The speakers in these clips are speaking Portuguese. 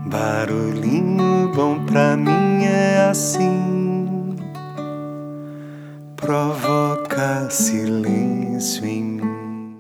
Barulhinho bom pra mim é assim, provoca silêncio em mim.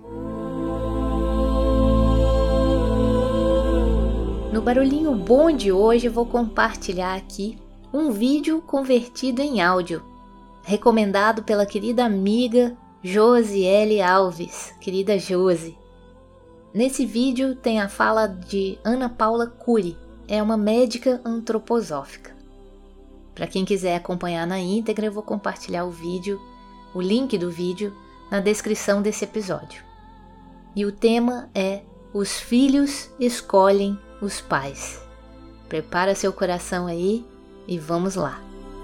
No Barulhinho Bom de hoje eu vou compartilhar aqui um vídeo convertido em áudio, recomendado pela querida amiga Josiele Alves, querida Josi. Nesse vídeo tem a fala de Ana Paula Cury, é uma médica antroposófica. Para quem quiser acompanhar na íntegra, eu vou compartilhar o link do vídeo na descrição desse episódio. E o tema é Os filhos escolhem os pais. Prepara seu coração aí e vamos lá.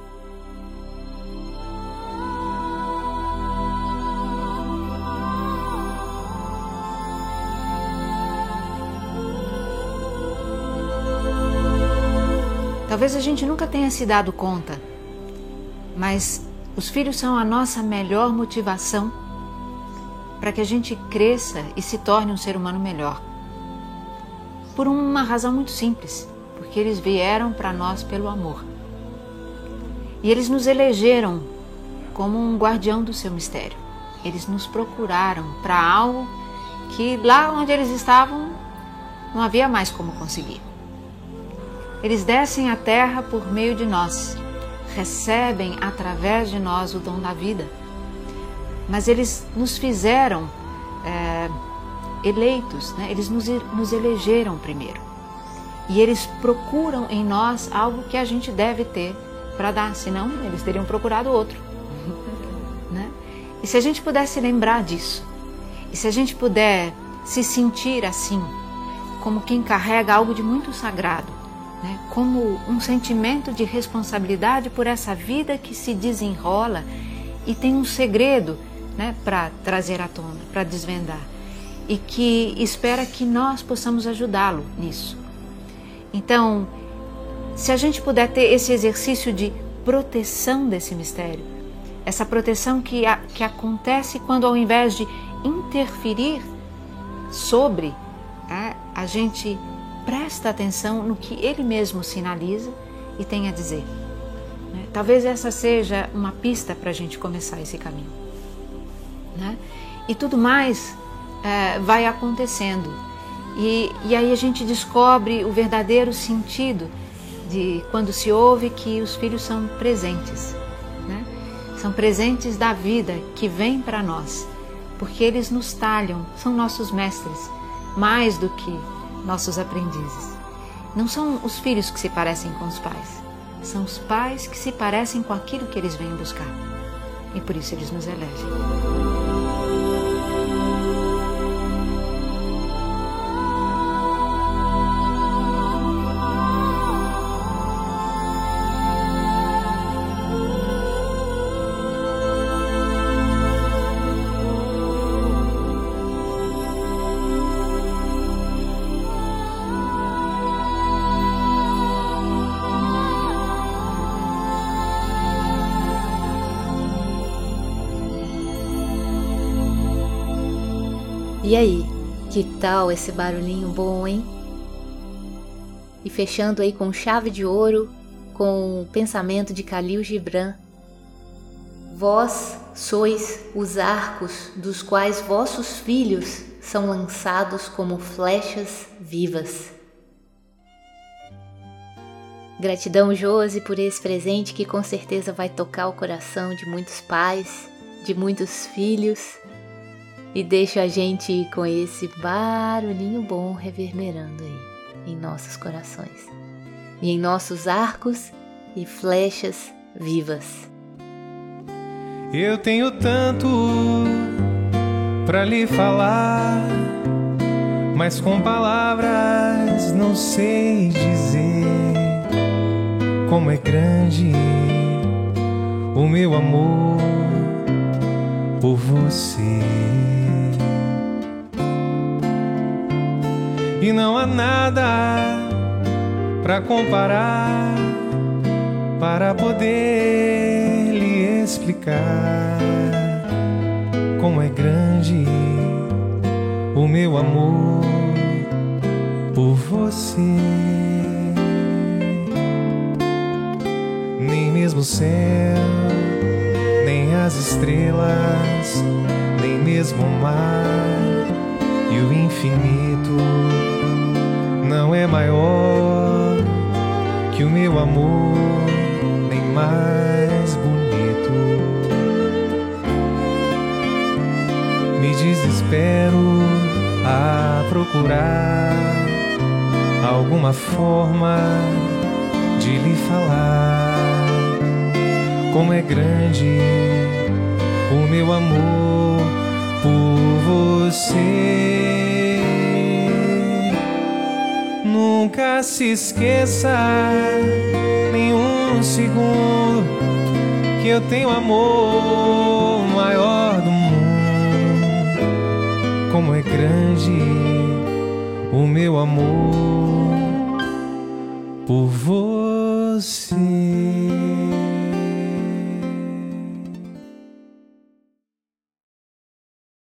Talvez a gente nunca tenha se dado conta, mas os filhos são a nossa melhor motivação para que a gente cresça e se torne um ser humano melhor. Por uma razão muito simples, porque eles vieram para nós pelo amor. E eles nos elegeram como um guardião do seu mistério. Eles nos procuraram para algo que lá onde eles estavam não havia mais como conseguir. Eles descem à terra por meio de nós, recebem através de nós o dom da vida, mas eles nos fizeram eleitos, né? Eles nos elegeram primeiro e eles procuram em nós algo que a gente deve ter para dar, senão eles teriam procurado outro. Né? E se a gente puder se lembrar disso, e se a gente puder se sentir assim, como quem carrega algo de muito sagrado, né? Como um sentimento de responsabilidade por essa vida que se desenrola e tem um segredo, né, para trazer à tona, para desvendar, e que espera que nós possamos ajudá-lo nisso. Então, se a gente puder ter esse exercício de proteção desse mistério, essa proteção que acontece quando, ao invés de interferir sobre, a gente presta atenção no que ele mesmo sinaliza e tem a dizer. Talvez essa seja uma pista para a gente começar esse caminho. Né? E tudo mais vai acontecendo. E aí a gente descobre o verdadeiro sentido de quando se ouve que os filhos são presentes. Né? São presentes da vida que vem para nós, porque eles nos talham, são nossos mestres, mais do que nossos aprendizes. Não são os filhos que se parecem com os pais, são os pais que se parecem com aquilo que eles vêm buscar. E por isso eles nos elegem. E aí, que tal esse barulhinho bom, hein? E fechando aí com chave de ouro, com o pensamento de Khalil Gibran: vós sois os arcos dos quais vossos filhos são lançados como flechas vivas. Gratidão, Josi, por esse presente que com certeza vai tocar o coração de muitos pais, de muitos filhos. E deixa a gente com esse barulhinho bom reverberando aí em nossos corações e em nossos arcos e flechas vivas. Eu tenho tanto pra lhe falar, mas com palavras não sei dizer como é grande o meu amor por você. E não há nada pra comparar, para poder lhe explicar como é grande o meu amor por você. mesmo céu, nem as estrelas, nem mesmo o mar. E o infinito não é maior que o meu amor, nem mais bonito. Me desespero a procurar alguma forma de lhe falar como é grande o meu amor por você. Nunca se esqueça, nem um segundo, que eu tenho amor maior do mundo. Como é grande o meu amor por você.